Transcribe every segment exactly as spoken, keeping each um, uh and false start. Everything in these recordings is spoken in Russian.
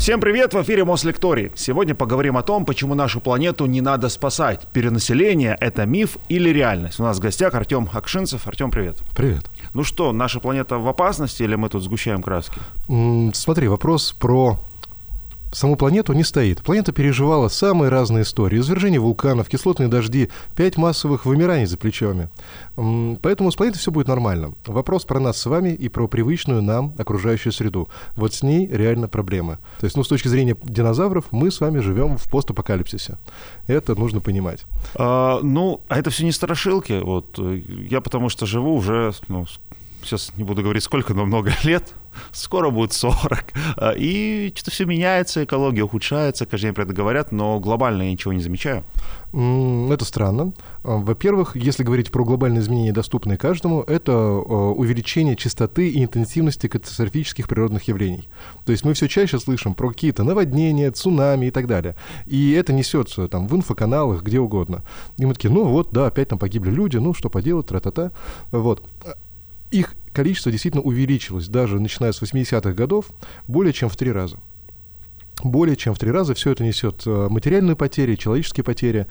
Всем привет, в эфире Мослекторий. Сегодня поговорим о том, почему нашу планету не надо спасать. Перенаселение – это миф или реальность? У нас в гостях Артем Акшинцев. Артем, привет. Привет. Ну что, наша планета в опасности или мы тут сгущаем краски? М, Смотри, вопрос про саму планету не стоит. Планета переживала самые разные истории. Извержение вулканов, кислотные дожди, пять массовых вымираний за плечами. М, Поэтому с планетой все будет нормально. Вопрос про нас с вами и про привычную нам окружающую среду. Вот с ней реально проблемы. То есть, ну, с точки зрения динозавров, мы с вами живем в постапокалипсисе. Это нужно понимать. А, ну, а это все не страшилки. Вот, я потому что живу уже, ну, сейчас не буду говорить сколько, но много лет. Скоро будет сорок. И что-то все меняется, экология ухудшается, каждый день про это говорят, но глобально я ничего не замечаю. Это странно. Во-первых, если говорить про глобальные изменения, доступные каждому, это увеличение частоты и интенсивности катастрофических природных явлений. То есть мы все чаще слышим про какие-то наводнения, цунами и так далее. И это несется там в инфоканалах, где угодно. И мы такие, ну вот, да, опять там погибли люди, ну что поделать, тра-та-та. Вот. Их количество действительно увеличилось, даже начиная с восьмидесятых годов, более чем в три раза. Более чем в три раза все это несет материальные потери, человеческие потери,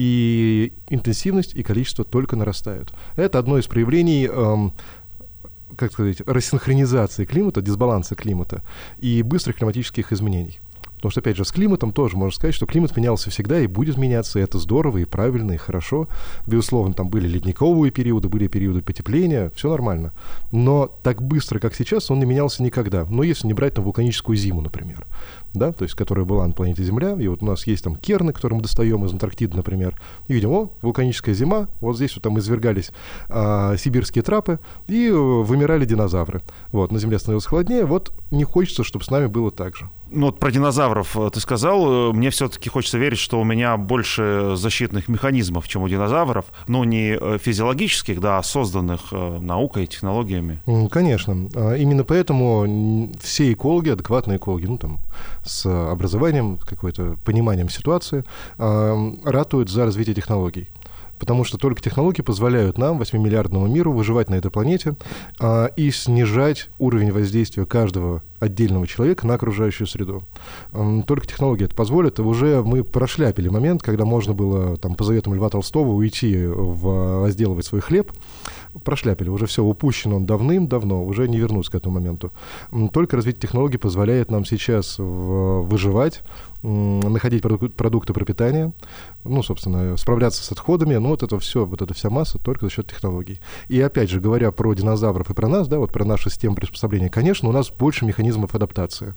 и интенсивность и количество только нарастают. Это одно из проявлений, эм, как сказать, рассинхронизации климата, дисбаланса климата и быстрых климатических изменений. Потому что, опять же, с климатом тоже можно сказать, что климат менялся всегда и будет меняться, и это здорово, и правильно, и хорошо. Безусловно, там были ледниковые периоды, были периоды потепления, все нормально. Но так быстро, как сейчас, он не менялся никогда. Но если не брать там вулканическую зиму, например, да, то есть, которая была на планете Земля, и вот у нас есть там керны, которые мы достаем из Антарктиды, например, и видим, о, вулканическая зима, вот здесь вот там извергались а, сибирские трапы, и вымирали динозавры. Вот, на Земле становилось холоднее, вот не хочется, чтобы с нами было так же. Ну вот про динозавров ты сказал, мне все-таки хочется верить, что у меня больше защитных механизмов, чем у динозавров, но не физиологических, да, а созданных наукой, технологиями. Конечно. Именно поэтому все экологи, адекватные экологи, ну там, с образованием, какое-то пониманием ситуации, ратуют за развитие технологий. Потому что только технологии позволяют нам, восьмимиллиардному миру, выживать на этой планете а, и снижать уровень воздействия каждого отдельного человека на окружающую среду. Только технологии это позволят. И уже мы прошляпили момент, когда можно было там, по заветам Льва Толстого уйти в возделывать свой хлеб. Прошляпили. Уже все упущено давным-давно. Уже не вернуться к этому моменту. Только развитие технологий позволяет нам сейчас выживать, находить продукты пропитания, ну, собственно, справляться с отходами. Ну, вот это все, вот эта вся масса только за счет технологий. И опять же, говоря про динозавров и про нас, да, вот про нашу систему приспособления, конечно, у нас больше механизмов адаптации.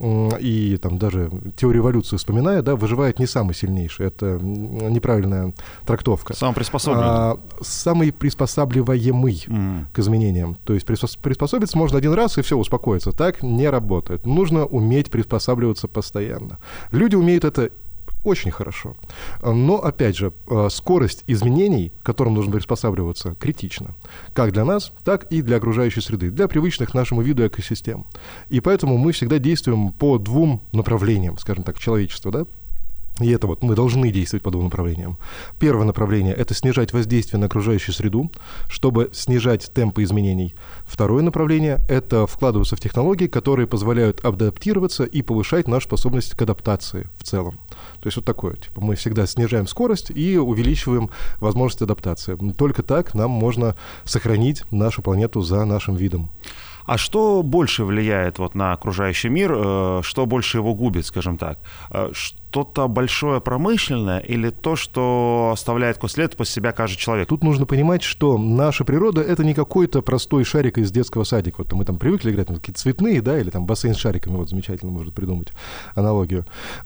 И там даже теорию эволюции вспоминая, да, выживает не самый сильнейший. Это неправильная трактовка. Самый приспособленный. А, самый приспосабливаемый mm. к изменениям. То есть приспособиться можно один раз и все, успокоиться. Так не работает. Нужно уметь приспосабливаться постоянно. Люди умеют это очень хорошо. Но, опять же, скорость изменений, к которым нужно приспосабливаться, критична. Как для нас, так и для окружающей среды, для привычных нашему виду экосистем. И поэтому мы всегда действуем по двум направлениям, скажем так, человечества, да? И это вот мы должны действовать по двум направлениям. Первое направление – это снижать воздействие на окружающую среду, чтобы снижать темпы изменений. Второе направление – это вкладываться в технологии, которые позволяют адаптироваться и повышать нашу способность к адаптации в целом. То есть вот такое. Типа мы всегда снижаем скорость и увеличиваем возможность адаптации. Только так нам можно сохранить нашу планету за нашим видом. А что больше влияет вот на окружающий мир, что больше его губит, скажем так? Что-то большое промышленное или то, что оставляет след после себя каждый человек? Тут нужно понимать, что наша природа — это не какой-то простой шарик из детского садика. Вот мы там привыкли играть, ну, какие-то цветные, да, или там бассейн с шариками, вот замечательно можно придумать аналогию.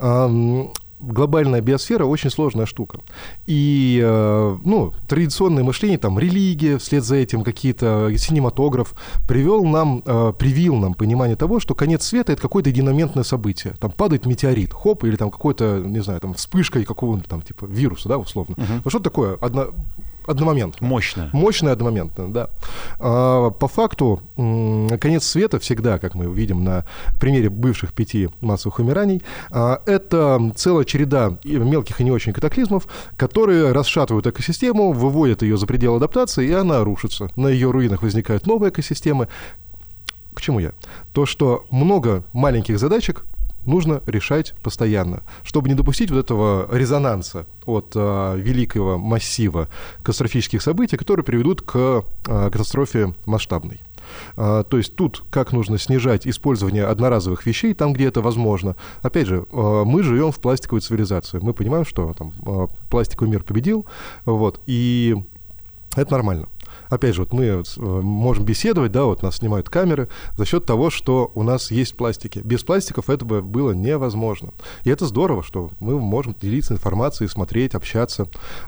Глобальная биосфера очень сложная штука. И, ну, традиционное мышление, там, религия, вслед за этим какие-то синематограф, привел нам, привил нам понимание того, что конец света — это какое-то единомоментное событие. Там падает метеорит, хоп, или там какой-то, не знаю, там, вспышка какого-то там, типа, вируса, да, условно. Uh-huh. Вот что такое? Одно... Одномоментно. Мощно. Мощно одномоментно, да. А, по факту, конец света всегда, как мы видим на примере бывших пяти массовых умираний, а, это целая череда мелких и не очень катаклизмов, которые расшатывают экосистему, выводят ее за пределы адаптации, и она рушится. На ее руинах возникают новые экосистемы. К чему я? То, что много маленьких задачек нужно решать постоянно, чтобы не допустить вот этого резонанса от а, великого массива катастрофических событий, которые приведут к а, катастрофе масштабной. А, то есть тут как нужно снижать использование одноразовых вещей там, где это возможно. Опять же, а, мы живем в пластиковой цивилизации. Мы понимаем, что там, а, пластиковый мир победил, вот, и это нормально. Опять же, вот мы можем беседовать, да, вот нас снимают камеры за счет того, что у нас есть пластики. Без пластиков это бы было невозможно. И это здорово, что мы можем делиться информацией, смотреть, общаться.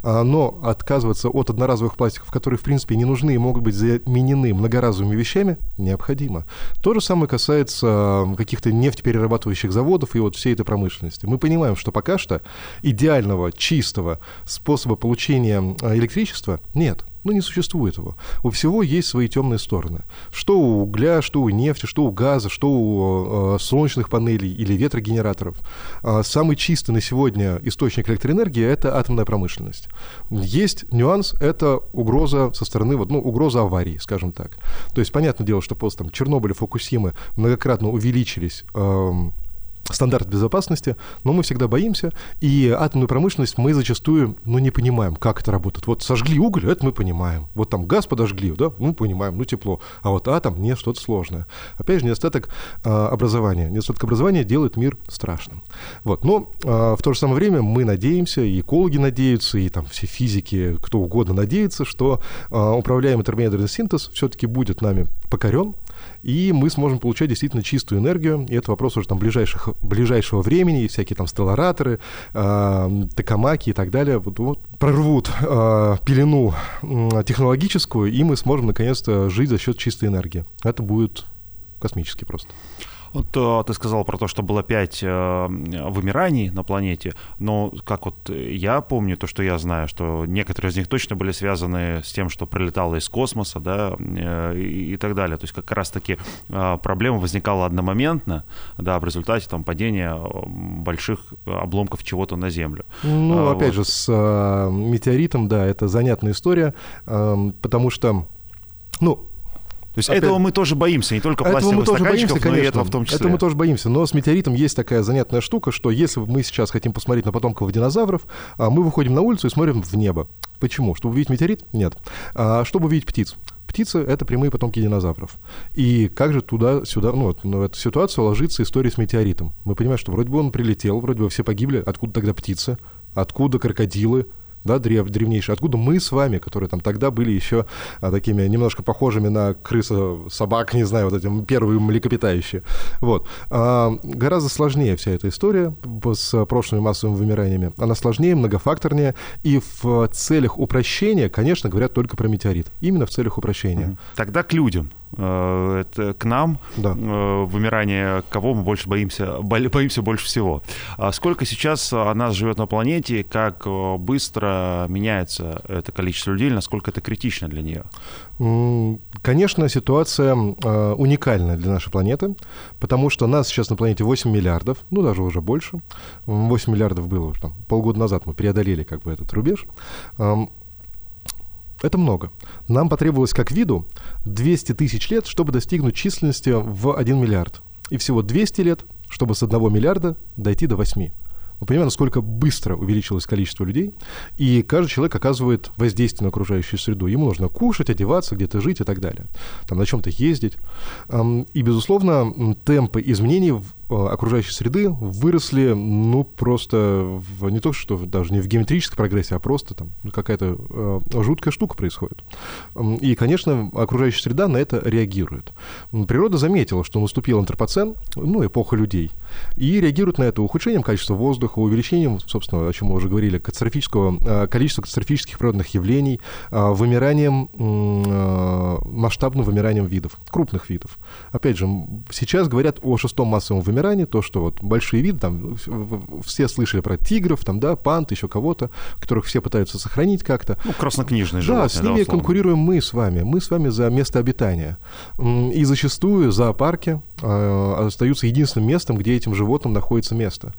Но отказываться от одноразовых пластиков, которые, в принципе, не нужны и могут быть заменены многоразовыми вещами, необходимо. То же самое касается каких-то нефтеперерабатывающих заводов и вот всей этой промышленности. Мы понимаем, что пока что идеального, чистого способа получения электричества нет. Ну, не существует его. У всего есть свои темные стороны. Что у угля, что у нефти, что у газа, что у э, солнечных панелей или ветрогенераторов. А самый чистый на сегодня источник электроэнергии – это атомная промышленность. Есть нюанс – это угроза со стороны, вот, ну, угроза аварии, скажем так. То есть, понятное дело, что после там, Чернобыля, Фукусимы многократно увеличились э, стандарт безопасности, но мы всегда боимся, и атомную промышленность мы зачастую, ну, не понимаем, как это работает. Вот сожгли уголь, это мы понимаем. Вот там газ подожгли, да, мы понимаем, ну, тепло. А вот атом, нет, что-то сложное. Опять же, недостаток а, образования. Недостаток образования делает мир страшным. Вот. Но а, в то же самое время мы надеемся, и экологи надеются, и там все физики, кто угодно надеется, что а, управляемый термоядерный синтез все-таки будет нами покорен, и мы сможем получать действительно чистую энергию. И это вопрос уже там ближайших, ближайшего времени, и всякие там стеллараторы, э, токамаки и так далее вот, вот, прорвут э, пелену э, технологическую, и мы сможем наконец-то жить за счет чистой энергии. Это будет космически просто. Вот э, ты сказал про то, что было пять э, вымираний на планете, но как вот я помню, то, что я знаю, что некоторые из них точно были связаны с тем, что прилетало из космоса, да, э, и, и так далее. То есть как раз-таки э, проблема возникала одномоментно, да, в результате там падения больших обломков чего-то на Землю. Ну, а, опять вот. же, с э, метеоритом, да, это занятная история, э, потому что, ну, То есть Опять... этого мы тоже боимся, не только пластиковых стаканчиков, боимся, но и этого в том числе. Это мы тоже боимся, но с метеоритом есть такая занятная штука, что если мы сейчас хотим посмотреть на потомков динозавров, мы выходим на улицу и смотрим в небо. Почему? Чтобы увидеть метеорит? Нет. А чтобы увидеть птиц. Птицы — это прямые потомки динозавров. И как же туда-сюда, ну, вот, в эту ситуацию ложится история с метеоритом? Мы понимаем, что вроде бы он прилетел, вроде бы все погибли. Откуда тогда птицы? Откуда крокодилы? Да, древ, древнейшие. Откуда мы с вами, которые там тогда были еще а, такими немножко похожими на крысу, собак, не знаю, вот эти первые млекопитающие. Вот. А, гораздо сложнее вся эта история с прошлыми массовыми вымираниями. Она сложнее, многофакторнее, и в целях упрощения, конечно, говорят только про метеорит. Именно в целях упрощения. Тогда к людям. Это к нам, да. Вымирание кого мы больше боимся, боимся больше всего. Сколько сейчас нас живет на планете, как быстро меняется это количество людей, насколько это критично для нее? Конечно, ситуация уникальная для нашей планеты, потому что нас сейчас на планете восемь миллиардов, ну даже уже больше. восемь миллиардов было уже там, полгода назад, мы преодолели как бы этот рубеж. Это много. Нам потребовалось как виду двести тысяч лет, чтобы достигнуть численности в один миллиард. И всего двести лет, чтобы с одного миллиарда дойти до восьми. Мы понимаем, насколько быстро увеличилось количество людей, и каждый человек оказывает воздействие на окружающую среду. Ему нужно кушать, одеваться, где-то жить и так далее. Там на чем-то ездить. И, безусловно, темпы изменений окружающей среды выросли, ну, просто в, не то, что даже не в геометрической прогрессии, а просто там какая-то э, жуткая штука происходит. И, конечно, окружающая среда на это реагирует. Природа заметила, что наступил антропоцен, ну, эпоха людей, и реагирует на это ухудшением качества воздуха, увеличением, собственно, о чем мы уже говорили, катастрофического, э, количества катастрофических природных явлений, э, вымиранием, э, масштабным вымиранием видов, крупных видов. Опять же, сейчас говорят о шестом массовом вымирании, то, что вот большие виды, там, все слышали про тигров, там, да, панд, еще кого-то, которых все пытаются сохранить как-то. Ну, краснокнижные животные. Да, с ними да, конкурируем мы с вами. Мы с вами за место обитания. И зачастую зоопарки э, остаются единственным местом, где этим животным находится место.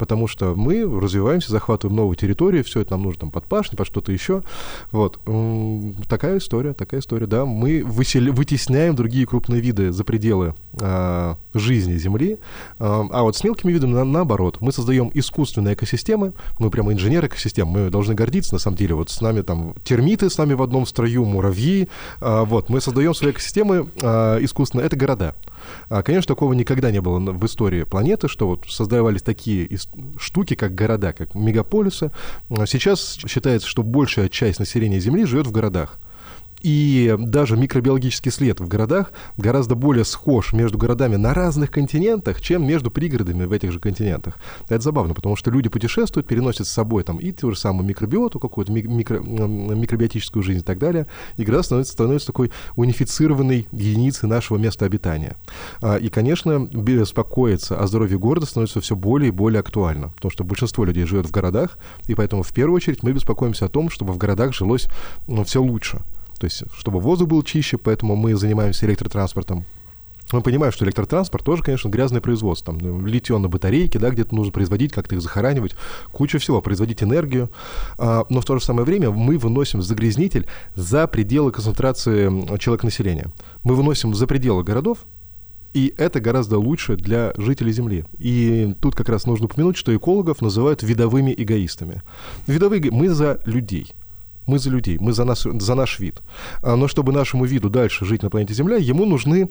потому что мы развиваемся, захватываем новые территории, все это нам нужно там, под пашни, под что-то еще. Вот. Такая история, такая история, да. Мы высел... вытесняем другие крупные виды за пределы а, жизни Земли, а, а вот с мелкими видами на, наоборот. Мы создаем искусственные экосистемы, мы прямо инженеры экосистем, мы должны гордиться, на самом деле. Вот с нами там термиты, с нами в одном строю, муравьи. А, вот. Мы создаем свои экосистемы а, искусственно. Это города. А, конечно, такого никогда не было в истории планеты, что вот создавались такие штуки, как города, как мегаполисы. Сейчас считается, что большая часть населения Земли живет в городах. И даже микробиологический след в городах гораздо более схож между городами на разных континентах, чем между пригородами в этих же континентах. Это забавно, потому что люди путешествуют, переносят с собой там и ту же самую микробиоту, какую-то микро, микробиотическую жизнь и так далее, и гораздо становится, становится такой унифицированной единицей нашего места обитания. И, конечно, беспокоиться о здоровье города становится все более и более актуально, потому что большинство людей живет в городах, и поэтому в первую очередь мы беспокоимся о том, чтобы в городах жилось ну, все лучше. То есть, чтобы воздух был чище, поэтому мы занимаемся электротранспортом. Мы понимаем, что электротранспорт тоже, конечно, грязное производство. Там литий-ионные батарейки, да, где-то нужно производить, как-то их захоранивать, куча всего, производить энергию. А, но в то же самое время мы выносим загрязнитель за пределы концентрации человеконаселения. Мы выносим за пределы городов, и это гораздо лучше для жителей Земли. И тут как раз нужно упомянуть, что экологов называют видовыми эгоистами. Видовые мы за людей. Мы за людей, мы за, нас, за наш вид. Но чтобы нашему виду дальше жить на планете Земля, ему, нужны,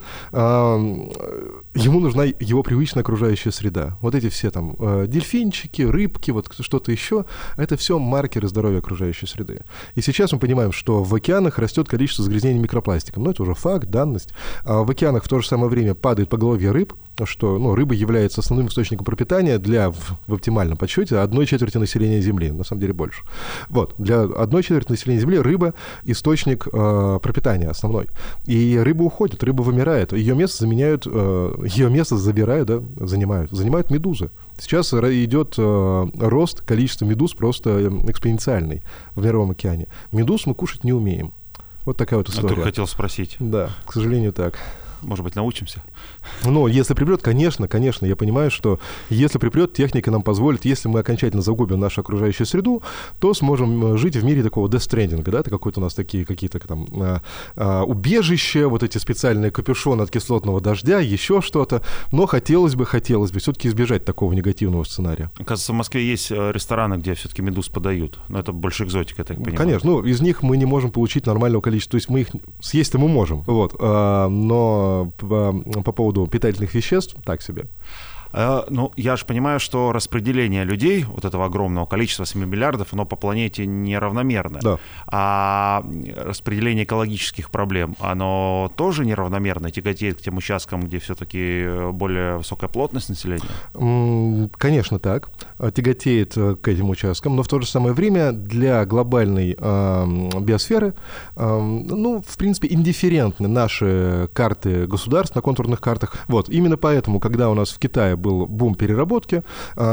ему нужна его привычная окружающая среда. Вот эти все там дельфинчики, рыбки, вот что-то еще, это все маркеры здоровья окружающей среды. И сейчас мы понимаем, что в океанах растет количество загрязнений микропластиком. Ну, это уже факт, данность. А в океанах в то же самое время падает поголовье рыб, что ну, рыба является основным источником пропитания для, в, в оптимальном подсчете, одной четверти населения Земли, на самом деле больше. Вот, для одной четверти населения Земли рыба – источник э, пропитания основной. И рыба уходит, рыба вымирает, ее место заменяют, э, ее место забирают, да, занимают, занимают медузы. Сейчас идет э, рост количества медуз просто экспоненциальный в Мировом океане. Медуз мы кушать не умеем. Вот такая вот история. Я только хотел спросить. Да, к сожалению, так. Может быть, научимся? Ну, если припрет, конечно, конечно. Я понимаю, что если припрет, техника нам позволит, если мы окончательно загубим нашу окружающую среду, то сможем жить в мире такого дестрендинга, да, это какой-то у нас такие какие-то там а, а, убежища, вот эти специальные капюшоны от кислотного дождя, еще что-то. Но хотелось бы, хотелось бы все-таки избежать такого негативного сценария. Кажется, в Москве есть рестораны, где все-таки медуз подают, но это больше экзотика, я так понимаю. Конечно, ну, из них мы не можем получить нормального количества, то есть мы их съесть-то мы можем, вот, а, но По, по поводу питательных веществ, так себе. Э, ну, я же понимаю, что распределение людей, вот этого огромного количества, семи миллиардов, оно по планете неравномерно. Да. А распределение экологических проблем, оно тоже неравномерно, тяготеет к тем участкам, где все-таки более высокая плотность населения? Конечно, так. Тяготеет к этим участкам, но в то же самое время для глобальной э, биосферы, э, ну, в принципе, индифферентны наши карты государств на контурных картах. Вот, именно поэтому, когда у нас в Китае был бум переработки,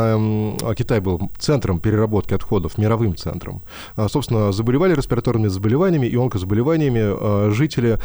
а Китай был центром переработки отходов, мировым центром. Собственно, заболевали респираторными заболеваниями и онкозаболеваниями жители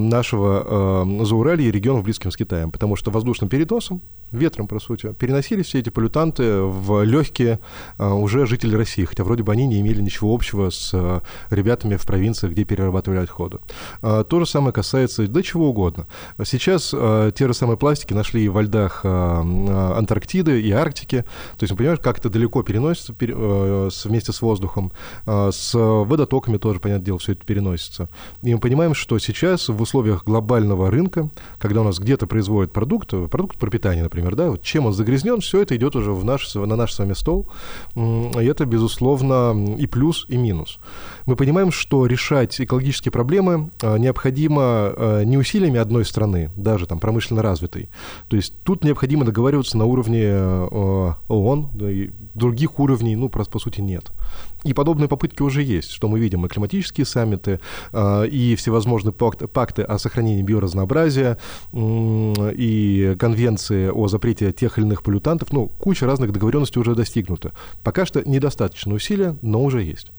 нашего Зауралья и регионов, близких с Китаем, потому что воздушным переносом, ветром, по сути, переносили все эти поллютанты в легкие уже жители России, хотя вроде бы они не имели ничего общего с ребятами в провинциях, где перерабатывали отходы. То же самое касается да чего угодно. Сейчас те же самые пластики нашли во льдах Антарктиды и Арктики. То есть, мы понимаем, как это далеко переносится вместе с воздухом. С водотоками тоже, понятное дело, все это переносится. И мы понимаем, что сейчас в условиях глобального рынка, когда у нас где-то производят продукт, продукт пропитания, например, да, вот чем он загрязнен, все это идет уже в наш, на наш с вами стол. И это, безусловно, и плюс, и минус. Мы понимаем, что решать экологические проблемы необходимо не усилиями одной страны, даже там промышленно развитой. То есть тут необходимо договариваться на уровне э, ООН, да, и других уровней, ну, просто, по сути, нет. И подобные попытки уже есть, что мы видим и климатические саммиты, э, и всевозможные пакты, пакты о сохранении биоразнообразия, э, и конвенции о запрете тех или иных поллютантов, ну, куча разных договоренностей уже достигнута. Пока что недостаточно усилия, но уже есть.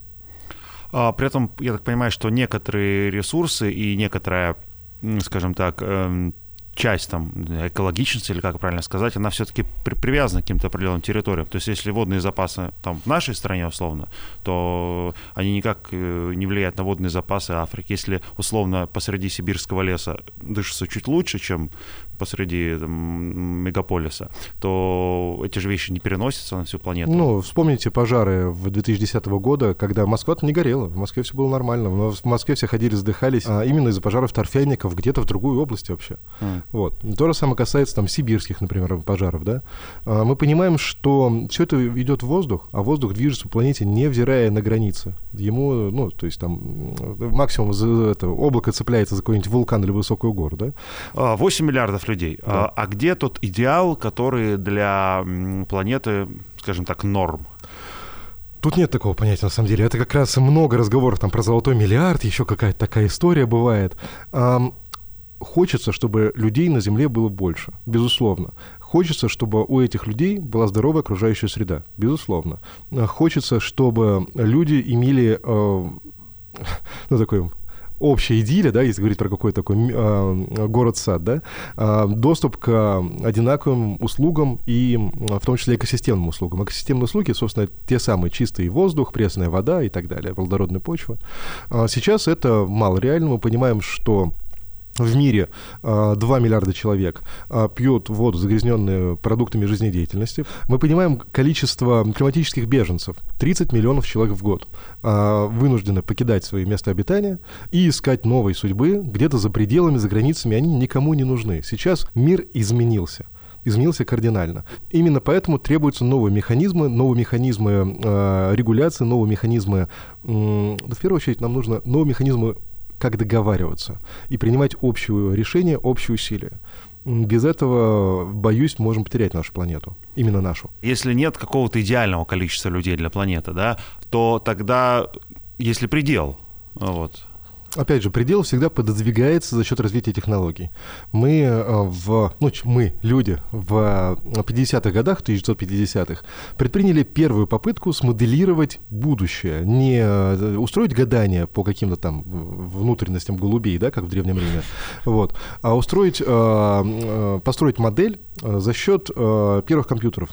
А, при этом, я так понимаю, что некоторые ресурсы и некоторая, скажем так, э, часть там экологичности, или как правильно сказать, она все-таки при, привязана к каким-то определенным территориям. То есть если водные запасы там в нашей стране условно, то они никак не влияют на водные запасы Африки. Если условно посреди сибирского леса дышится чуть лучше, чем посреди там, мегаполиса, то эти же вещи не переносятся на всю планету. Ну, вспомните пожары в две тысячи десятого года, когда Москва-то не горела, в Москве все было нормально, но в Москве все ходили, задыхались, а именно из-за пожаров торфяников где-то в другую область вообще. Mm. Вот. То же самое касается там сибирских, например, пожаров, да. А мы понимаем, что все это идет в воздух, а воздух движется по планете, невзирая на границы. Ему, ну, то есть там максимум за это, облако цепляется за какой-нибудь вулкан или высокую гору, да. восемь миллиардов людей. Да. А, а где тот идеал, который для планеты, скажем так, норм? Тут нет такого понятия, на самом деле. Это как раз много разговоров там про золотой миллиард, еще какая-то такая история бывает. Ам, хочется, чтобы людей на Земле было больше, безусловно. Хочется, чтобы у этих людей была здоровая окружающая среда, безусловно. Хочется, чтобы люди имели, э, ну, такой... общая идиллия, да, если говорить про какой-то такой э, город-сад, да, э, доступ к одинаковым услугам и в том числе экосистемным услугам. Экосистемные услуги, собственно, те самые чистый воздух, пресная вода и так далее, плодородная почва. Э, сейчас это мало реально. Мы понимаем, что в мире два миллиарда человек пьют воду, загрязненную продуктами жизнедеятельности. Мы понимаем количество климатических беженцев. тридцать миллионов человек в год вынуждены покидать свои места обитания и искать новой судьбы где-то за пределами, за границами. Они никому не нужны. Сейчас мир изменился. изменился кардинально. Именно поэтому требуются новые механизмы, новые механизмы э, регуляции, новые механизмы... Э, в первую очередь нам нужно новые механизмы, как договариваться и принимать общее решение, общие усилия. Без этого, боюсь, можем потерять нашу планету, именно нашу. Если нет какого-то идеального количества людей для планеты, да, то тогда есть ли предел? Вот. Опять же, предел всегда пододвигается за счет развития технологий. Мы в, ну, мы, люди, в пятидесятых годах, тысяча девятьсот пятидесятых, предприняли первую попытку смоделировать будущее. Не устроить гадания по каким-то там внутренностям голубей, да, как в Древнем Риме, вот, а устроить, построить модель за счет первых компьютеров.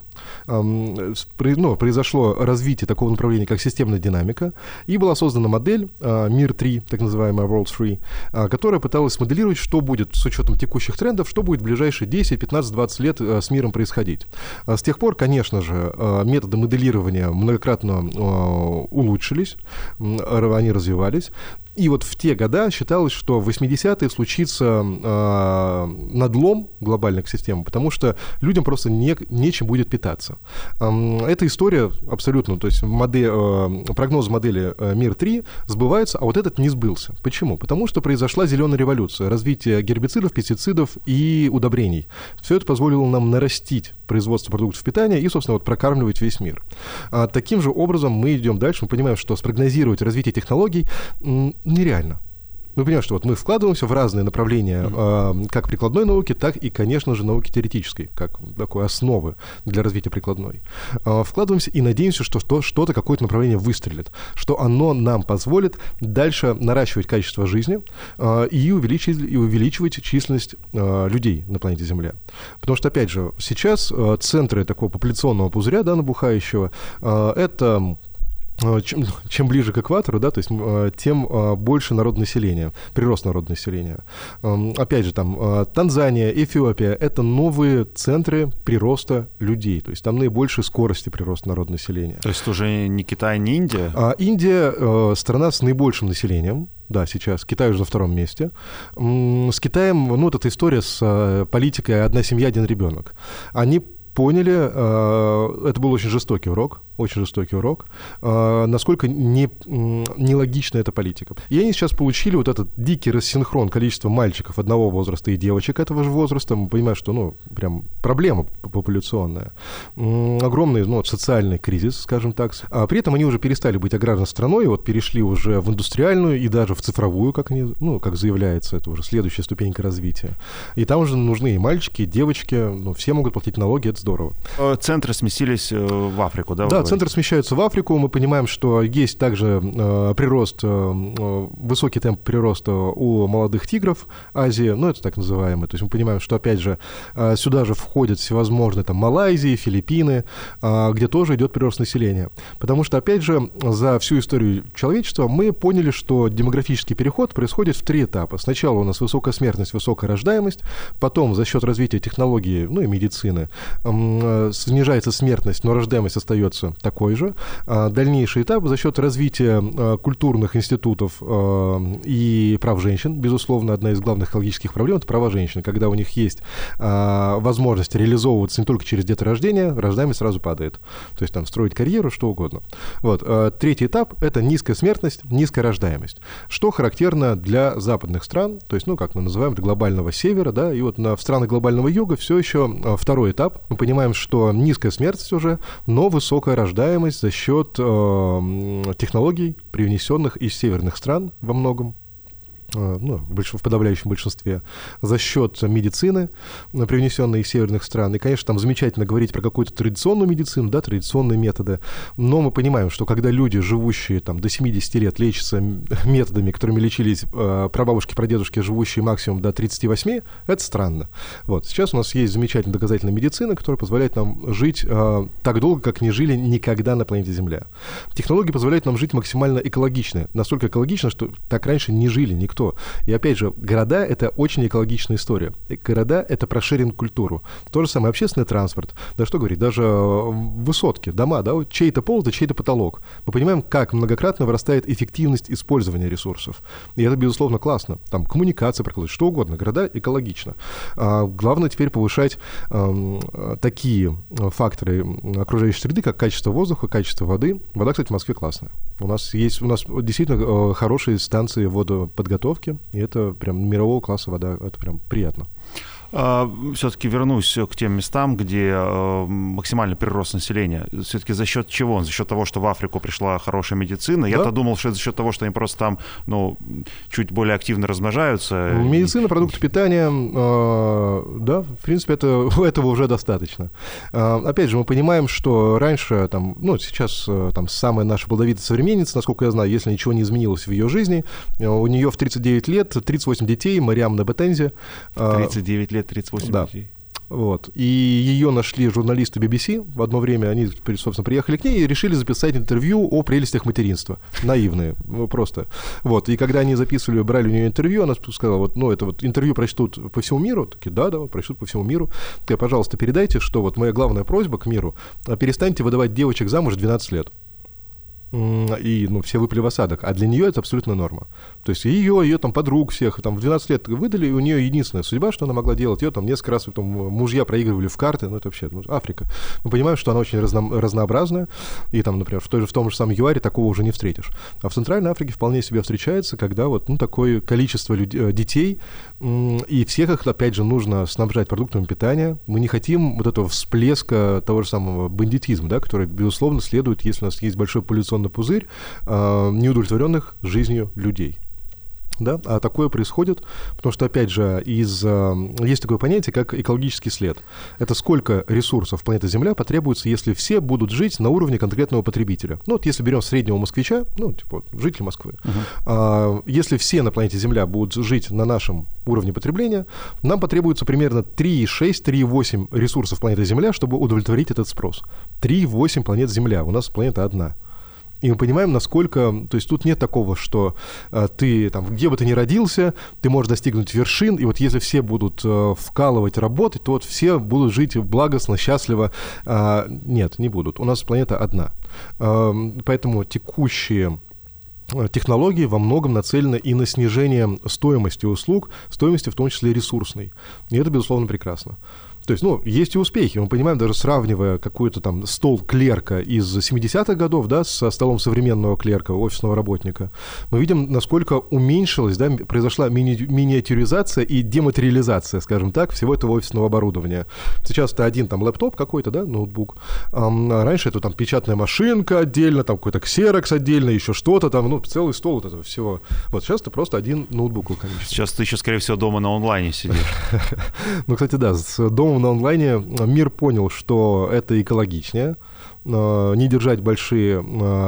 Ну, произошло развитие такого направления, как системная динамика, и была создана модель мир три, так называемая, World три, которая пыталась смоделировать, что будет с учетом текущих трендов, что будет в ближайшие десять, пятнадцать, двадцать лет с миром происходить. С тех пор, конечно же, методы моделирования многократно улучшились, они развивались. И вот в те годы считалось, что в восьмидесятые случится э, надлом глобальных систем, потому что людям просто не, нечем будет питаться. Э, эта история абсолютно, то есть модель, э, прогноз модели э, мир три сбывается, а вот этот не сбылся. Почему? Потому что произошла зеленая революция, развитие гербицидов, пестицидов и удобрений. Все это позволило нам нарастить производство продуктов питания и, собственно, вот прокармливать весь мир. А, таким же образом мы идем дальше, мы понимаем, что спрогнозировать развитие технологий нереально. Мы понимаем, что вот мы вкладываемся в разные направления, mm-hmm. э, как прикладной науки, так и, конечно же, науки теоретической, как такой основы для развития прикладной. Э, вкладываемся и надеемся, что, что что-то, какое-то направление выстрелит, что оно нам позволит дальше наращивать качество жизни э, и, увеличить, и увеличивать численность э, людей на планете Земля. Потому что, опять же, сейчас э, центры такого популяционного пузыря, да, набухающего, э, это... Чем, чем ближе к экватору, да, то есть тем больше народонаселения, прирост народонаселения. Опять же, там Танзания, Эфиопия — это новые центры прироста людей, то есть там наибольшие скорости прироста народонаселения. То есть уже не Китай, не Индия? А Индия — страна с наибольшим населением. Да, сейчас. Китай уже на втором месте. С Китаем, ну, вот эта история с политикой «одна семья, один ребенок». Они поняли, это был очень жестокий урок, очень жестокий урок, насколько не, нелогична эта политика. И они сейчас получили вот этот дикий рассинхрон количества мальчиков одного возраста и девочек этого же возраста. Мы понимаем, что, ну, прям проблема популяционная. Огромный, ну, социальный кризис, скажем так. А при этом они уже перестали быть аграрной страной, вот перешли уже в индустриальную и даже в цифровую, как они, ну, как заявляется, это уже следующая ступенька развития. И там уже нужны и мальчики, и девочки, ну, все могут платить налоги, это здорово. Центры сместились в Африку, да? Да, центр смещается в Африку. Мы понимаем, что есть также э, прирост, э, высокий темп прироста у молодых тигров Азии, ну, это так называемый. То есть мы понимаем, что, опять же, э, сюда же входят всевозможные там Малайзии, Филиппины, э, где тоже идет прирост населения. Потому что, опять же, за всю историю человечества мы поняли, что демографический переход происходит в три этапа. Сначала у нас высокая смертность, высокая рождаемость, потом за счет развития технологий, ну и медицины, э, снижается смертность, но рождаемость остается такой же. Дальнейший этап за счет развития культурных институтов и прав женщин. Безусловно, одна из главных экологических проблем — это права женщин. Когда у них есть возможность реализовываться не только через деторождение, рождаемость сразу падает. То есть там строить карьеру, что угодно. Вот. Третий этап — это низкая смертность, низкая рождаемость, что характерно для западных стран, то есть, ну, как мы называем, это глобального севера, да, и вот на, в странах глобального юга все еще второй этап. Мы понимаем, что низкая смертность уже, но высокая рождаемость за счет э, технологий, привнесенных из северных стран во многом, э, ну, в подавляющем большинстве, за счет медицины, привнесенной из северных стран. И, конечно, там замечательно говорить про какую-то традиционную медицину, да, традиционные методы, но мы понимаем, что когда люди, живущие там, до семидесяти лет, лечатся методами, которыми лечились э, прабабушки, прадедушки, живущие максимум до тридцати восьми, это странно. Вот. Сейчас у нас есть замечательная доказательная медицина, которая позволяет нам жить э, так долго, как не жили никогда на планете Земля. Технологии позволяют нам жить максимально экологично, настолько экологично, что так раньше не жили никто. И опять же, города — это очень экологичная история. Города — это про шеринг-культуру. То же самое общественный транспорт. Да что говорить, даже высотки, дома, да, чей-то пол — это чей-то потолок. Мы понимаем, как многократно вырастает эффективность использования ресурсов. И это, безусловно, классно. Там коммуникация прокладывать, что угодно. Города экологично. А главное теперь повышать э, такие факторы окружающей среды, как качество воздуха, качество воды. Вода, кстати, в Москве классная. У нас есть, у нас действительно хорошие станции водоподготовки, и это прям мирового класса вода, это прям приятно. Все-таки вернусь к тем местам, где максимальный прирост населения. Все-таки за счет чего? За счет того, что в Африку пришла хорошая медицина? Да? Я-то думал, что это за счет того, что они просто там, ну, чуть более активно размножаются. Медицина, продукты питания, э, да, в принципе, это, этого уже достаточно. Э, опять же, мы понимаем, что раньше, там, ну, сейчас там самая наша плодовитая современница, насколько я знаю, если ничего не изменилось в ее жизни, у нее в тридцать девять лет тридцать восемь детей, Мариам Набатензи. тридцать девять лет. тридцать восемь да. детей. Вот. И ее нашли журналисты би би си. В одно время они, собственно, приехали к ней и решили записать интервью о прелестях материнства. Наивные, ну, просто. Вот. И когда они записывали, брали у нее интервью, она сказала, вот, ну, это вот интервью прочтут по всему миру. Такие, да, да, прочтут по всему миру. Такая, пожалуйста, передайте, что вот моя главная просьба к миру: перестаньте выдавать девочек замуж в двенадцать лет. И, ну, все выпали в осадок, а для нее это абсолютно норма. То есть ее, ее там подруг всех там в двенадцать лет выдали, и у нее единственная судьба, что она могла делать, ее там несколько раз там, мужья проигрывали в карты, ну это вообще ну, Африка. Мы понимаем, что она очень разно, разнообразная, и там, например, в, той же, в том же самом ЮАРе такого уже не встретишь. А в Центральной Африке вполне себе встречается, когда вот, ну, такое количество людей, детей, и всех их, опять же, нужно снабжать продуктами питания. Мы не хотим вот этого всплеска того же самого бандитизма, да, который, безусловно, следует, если у нас есть большой полюционный пузырь э, неудовлетворенных жизнью людей. Да? А такое происходит, потому что, опять же, из, э, есть такое понятие, как экологический след. Это сколько ресурсов планеты Земля потребуется, если все будут жить на уровне конкретного потребителя. Ну, вот если берем среднего москвича, ну, типа, вот, житель Москвы, uh-huh. э, если все на планете Земля будут жить на нашем уровне потребления, нам потребуется примерно три и шесть - три и восемь ресурсов планеты Земля, чтобы удовлетворить этот спрос. три и восемь планет Земля, у нас планета одна. И мы понимаем, насколько... То есть тут нет такого, что э, ты, там, где бы ты ни родился, ты можешь достигнуть вершин, и вот если все будут э, вкалывать, работать, то вот все будут жить благостно, счастливо. Э, нет, не будут. У нас планета одна. Э, поэтому текущие технологии во многом нацелены и на снижение стоимости услуг, стоимости в том числе ресурсной. И это, безусловно, прекрасно. То есть, ну, есть и успехи. Мы понимаем, даже сравнивая какой-то там стол клерка из семидесятых годов, да, со столом современного клерка, офисного работника, мы видим, насколько уменьшилась, да, произошла мини- миниатюризация и дематериализация, скажем так, всего этого офисного оборудования. Сейчас это один там лэптоп какой-то, да, ноутбук. А раньше это там печатная машинка отдельно, там какой-то ксерокс отдельно, еще что-то там, ну, целый стол вот этого всего. Вот сейчас это просто один ноутбук лаконичный. Сейчас ты еще, скорее всего, дома на онлайне сидишь. Ну, кстати, да, с домом на онлайне мир понял, что это экологичнее, не держать большие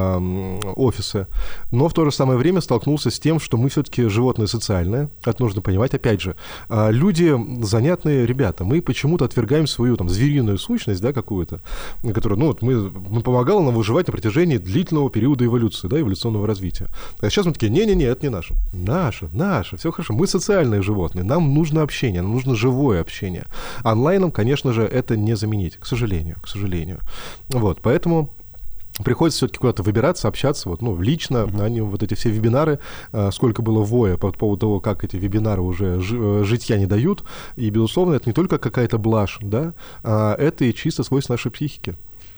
офисы, но в то же самое время столкнулся с тем, что мы все-таки животные социальные. Это нужно понимать. Опять же, люди занятные ребята. Мы почему-то отвергаем свою там звериную сущность, да, какую-то, которая, ну, вот мы, мы помогала нам выживать на протяжении длительного периода эволюции, да, эволюционного развития. А сейчас мы такие, не-не-не, это не наше. Наше, наше, все хорошо. Мы социальные животные, нам нужно общение, нам нужно живое общение. Онлайном, конечно же, это не заменить, к сожалению, к сожалению. Вот, поэтому приходится все-таки куда-то выбираться, общаться, вот, ну, лично, mm-hmm. они, вот эти все вебинары, сколько было воя по поводу того, как эти вебинары уже ж, житья не дают, и, безусловно, это не только какая-то блажь, да, а это и чисто свойство нашей психики.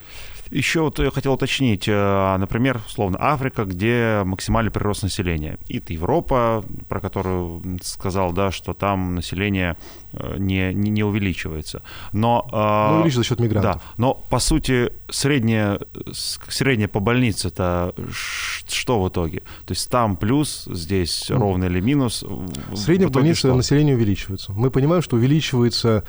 Еще вот я хотел уточнить, например, условно, Африка, где максимальный прирост населения. И Европа, про которую сказал, да, что там население не, не, не увеличивается. Но, ну, увеличивается за счет мигрантов. Да, но, по сути, среднее, среднее по больнице это что в итоге? То есть там плюс, здесь ровно или минус? Средняя по больнице население увеличивается. Мы понимаем, что увеличивается...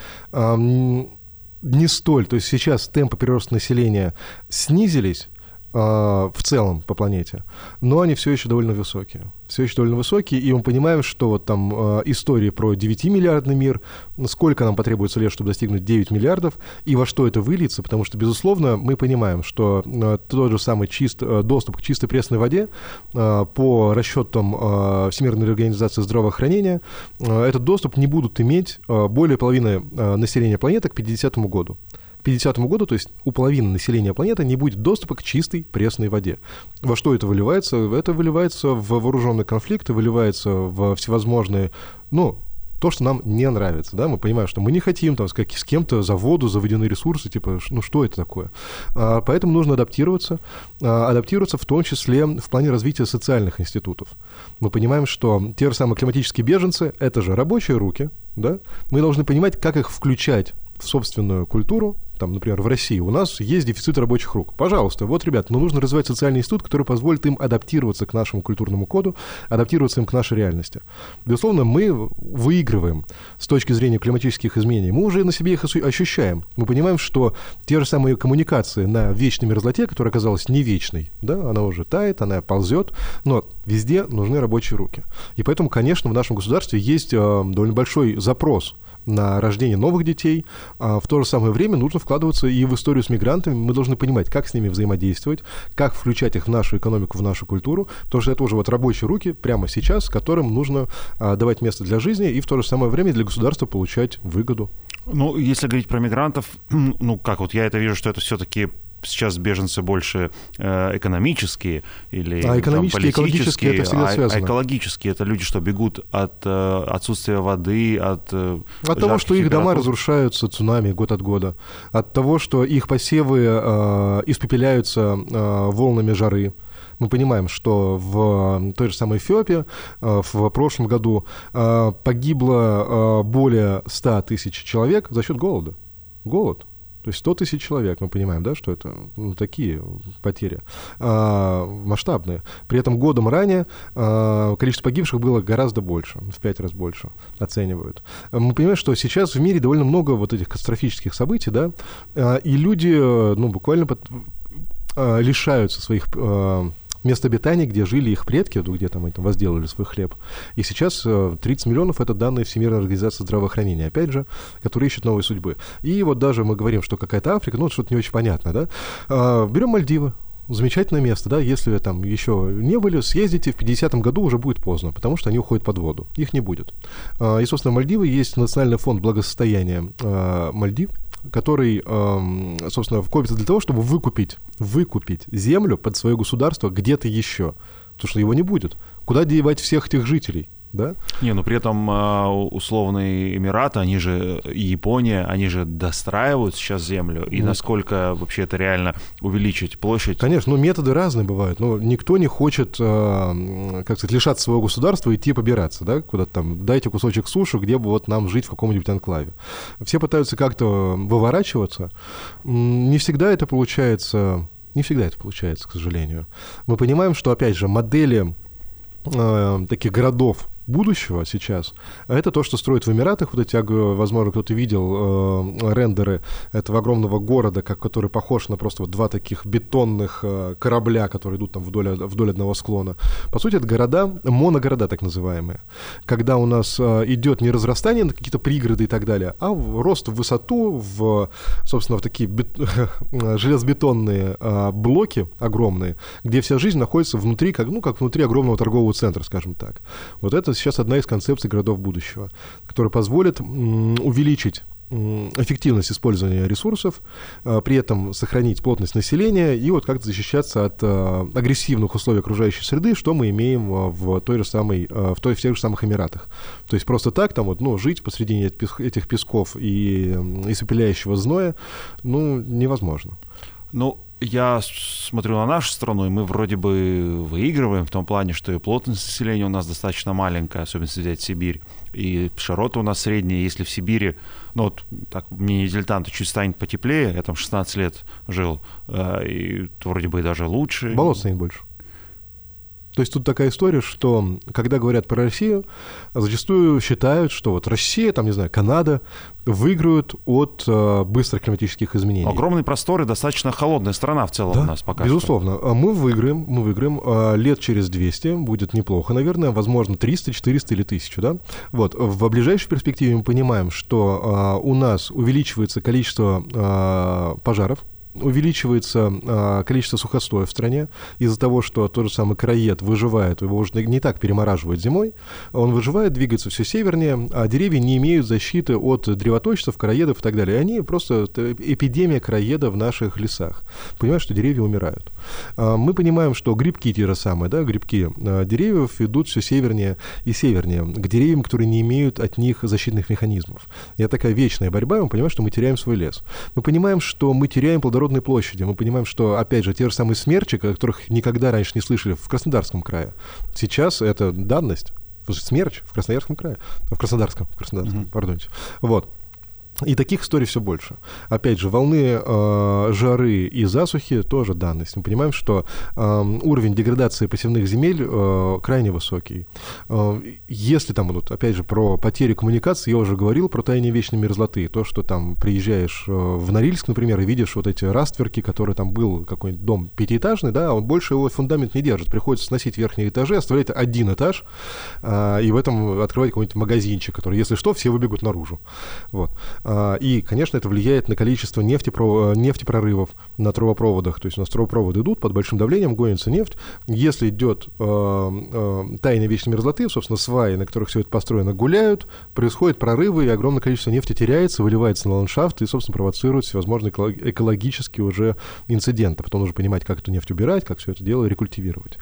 Эм, не столь, то есть сейчас темпы прироста населения снизились э, в целом по планете, но они все еще довольно высокие. Все еще довольно высокие, и мы понимаем, что вот там э, истории про девятимиллиардный мир, сколько нам потребуется лет, чтобы достигнуть девять миллиардов, и во что это выльется, потому что, безусловно, мы понимаем, что э, тот же самый чист, э, доступ к чистой пресной воде э, по расчетам э, Всемирной организации здравоохранения, э, этот доступ не будут иметь э, более половины э, населения планеты к пятидесятому году. К пятидесятому году, то есть у половины населения планеты не будет доступа к чистой пресной воде. Во что это выливается? Это выливается в вооруженные конфликты, выливается в всевозможные, ну, то, что нам не нравится, да, мы понимаем, что мы не хотим там с, как, с кем-то за воду, за водяные ресурсы, типа, ну, что это такое? А, поэтому нужно адаптироваться, а, адаптироваться в том числе в плане развития социальных институтов. Мы понимаем, что те же самые климатические беженцы — это же рабочие руки, да, мы должны понимать, как их включать в собственную культуру. Там, например, в России у нас есть дефицит рабочих рук. Пожалуйста, вот, ребят, но нужно развивать социальный институт, который позволит им адаптироваться к нашему культурному коду, адаптироваться им к нашей реальности. Безусловно, мы выигрываем с точки зрения климатических изменений. Мы уже на себе их ощущаем. Мы понимаем, что те же самые коммуникации на вечной мерзлоте, которая оказалась не вечной, да, она уже тает, она ползет, но везде нужны рабочие руки. И поэтому, конечно, в нашем государстве есть э, довольно большой запрос на рождение новых детей. А в то же самое время нужно вкладываться и в историю с мигрантами. Мы должны понимать, как с ними взаимодействовать, как включать их в нашу экономику, в нашу культуру, потому что это уже вот рабочие руки прямо сейчас, которым нужно а, давать место для жизни и в то же самое время для государства получать выгоду. Ну, если говорить про мигрантов, ну, как вот я это вижу, что это все-таки сейчас беженцы больше э, экономические или а экономические, там, экологические, это всегда а, связано. А экологические — это люди, что бегут от э, отсутствия воды, от э, От того, что их дома разрушаются цунами год от года, от того, что их посевы э, испепеляются э, волнами жары. Мы понимаем, что в той же самой Эфиопии э, в прошлом году э, погибло э, более ста тысяч человек за счет голода. Голод. То есть сто тысяч человек, мы понимаем, да, что это ну, такие потери а, масштабные. При этом годом ранее а, количество погибших было гораздо больше, в пять раз больше оценивают. Мы понимаем, что сейчас в мире довольно много вот этих катастрофических событий, да, а, и люди ну, буквально под, а, лишаются своих... А, место обитания, где жили их предки, где там они там возделывали свой хлеб. И сейчас тридцать миллионов — это данные Всемирной организации здравоохранения, опять же, которые ищут новые судьбы. И вот даже мы говорим, что какая-то Африка, ну, что-то не очень понятно, да. А, берем Мальдивы. Замечательное место, да, если там еще не были, съездите, в пятидесятом году уже будет поздно, потому что они уходят под воду, их не будет. И, собственно, Мальдивы есть Национальный фонд благосостояния Мальдив, который, собственно, копится для того, чтобы выкупить, выкупить землю под свое государство где-то еще, потому что его не будет. Куда девать всех этих жителей? Да? Не, но при этом условные Эмираты, они же, и Япония, они же достраивают сейчас землю, и ну, насколько вообще это реально увеличить площадь? Конечно, ну методы разные бывают, но никто не хочет, как сказать, лишаться своего государства и идти побираться, да, куда-то там, дайте кусочек суши, где бы вот нам жить в каком-нибудь анклаве. Все пытаются как-то выворачиваться, не всегда это получается, не всегда это получается, к сожалению. Мы понимаем, что, опять же, модели таких городов, будущего сейчас, это то, что строят в Эмиратах. Вот эти, возможно, кто-то видел э, рендеры этого огромного города, как, который похож на просто вот два таких бетонных э, корабля, которые идут там вдоль, вдоль одного склона. По сути, это города, моногорода так называемые. Когда у нас э, идет не разрастание на какие-то пригороды и так далее, а в, рост в высоту, в, собственно, в такие бет... железобетонные э, блоки огромные, где вся жизнь находится внутри, как, ну, как внутри огромного торгового центра, скажем так. Вот это сейчас одна из концепций городов будущего, которая позволит м, увеличить м, эффективность использования ресурсов, а, при этом сохранить плотность населения и вот как-то защищаться от а, агрессивных условий окружающей среды, что мы имеем а, в той же самой, а, в, той, в тех же самых Эмиратах. То есть просто так там вот, ну, жить посредине этих песков и испепеляющего зноя, ну, невозможно. Ну, я смотрю на нашу страну, и мы вроде бы выигрываем в том плане, что и плотность населения у нас достаточно маленькая, особенно если взять Сибирь, и широты у нас средние. Если в Сибири, ну вот так мне дилетанту чуть станет потеплее, я там шестнадцать лет жил, и вроде бы и даже лучше. Болот станет больше. То есть тут такая история, что когда говорят про Россию, зачастую считают, что вот Россия, там, не знаю, Канада выиграют от э, быстрых климатических изменений. Огромные просторы, достаточно холодная страна в целом, да, у нас пока безусловно. что. Мы выиграем, мы выиграем э, лет через двести, будет неплохо, наверное, возможно, триста, четыреста или тысячу, да? Вот, в ближайшей перспективе мы понимаем, что э, у нас увеличивается количество э, пожаров, увеличивается а, количество сухостоя в стране из-за того, что тот же самый короед выживает, его уже не так перемораживает зимой, он выживает, двигается все севернее, а деревья не имеют защиты от древоточцев, короедов и так далее. И они просто эпидемия короеда в наших лесах. Понимаешь, что деревья умирают. А, мы понимаем, что грибки те же самые, да, грибки а, деревьев идут все севернее и севернее к деревьям, которые не имеют от них защитных механизмов. И это такая вечная борьба, и мы понимаем, что мы теряем свой лес. Мы понимаем, что мы теряем плодородные площади. Мы понимаем, что, опять же, те же самые смерчи, о которых никогда раньше не слышали в Краснодарском крае, сейчас это данность. Смерч в Красноярском крае. В Краснодарском, в Краснодарском, mm-hmm. пардоньте. Вот. И таких историй все больше. Опять же, волны э, жары и засухи тоже данность. Мы понимаем, что э, уровень деградации посевных земель э, крайне высокий. Э, если там, вот, опять же, про потери коммуникации, я уже говорил про таяние вечной мерзлоты. То, что там приезжаешь э, в Норильск, например, и видишь вот эти растверки, которые там был какой-нибудь дом пятиэтажный, да, он больше его фундамент не держит. Приходится сносить верхние этажи, оставлять один этаж, э, и в этом открывать какой-нибудь магазинчик, который, если что, все выбегут наружу. Вот. И, конечно, это влияет на количество нефтепро... нефтепрорывов на трубопроводах. То есть у нас трубопроводы идут, под большим давлением гонится нефть. Если идет э, э, таяние вечной мерзлоты, собственно, сваи, на которых все это построено, гуляют, происходят прорывы, и огромное количество нефти теряется, выливается на ландшафт и, собственно, провоцирует всевозможные экологические уже инциденты. Потом нужно понимать, как эту нефть убирать, как все это дело рекультивировать.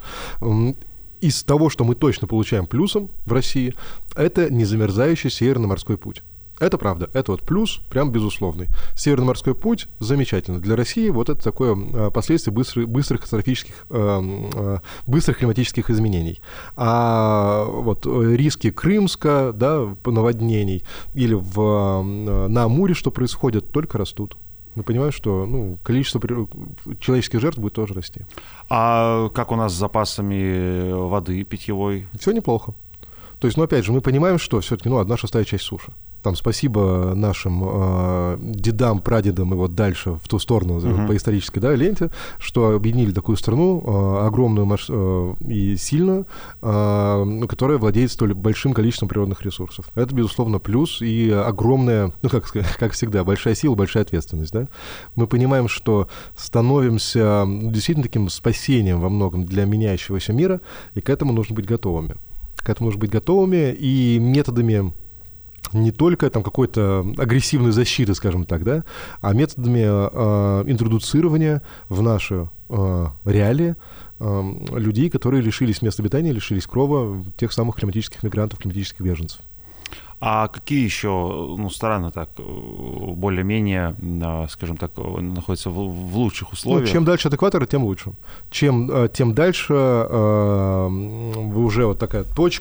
Из того, что мы точно получаем плюсом в России, это незамерзающий Северный морской путь. Это правда, это вот плюс, прям безусловный. Северный морской путь замечательно. Для России вот это такое э, последствие быстрых, быстрых катастрофических, э, э, быстрых климатических изменений. А вот риски Крымска, да, наводнений или в, э, на Амуре, что происходит, только растут. Мы понимаем, что ну, количество человеческих жертв будет тоже расти. А как у нас с запасами воды питьевой? Все неплохо. То есть, ну, опять же, мы понимаем, что все-таки, ну, одна шестая часть суши. Там спасибо нашим э, дедам, прадедам и вот дальше в ту сторону uh-huh. по исторической, да, ленте, что объединили такую страну э, огромную маш... э, и сильную, э, которая владеет столь большим количеством природных ресурсов. Это, безусловно, плюс и огромная, ну, как, как всегда, большая сила, большая ответственность, да. Мы понимаем, что становимся действительно таким спасением во многом для меняющегося мира, и к этому нужно быть готовыми. К этому нужно быть готовыми и методами не только там какой-то агрессивной защиты, скажем так, да, а методами э, интродуцирования в наши э, реалии э, людей, которые лишились места обитания, лишились крова, тех самых климатических мигрантов, климатических беженцев. А какие еще, ну, страны так более-менее, скажем так, находятся в, в лучших условиях? Ну, чем дальше от экватора, тем лучше. Чем, тем дальше э, уже вот такая точка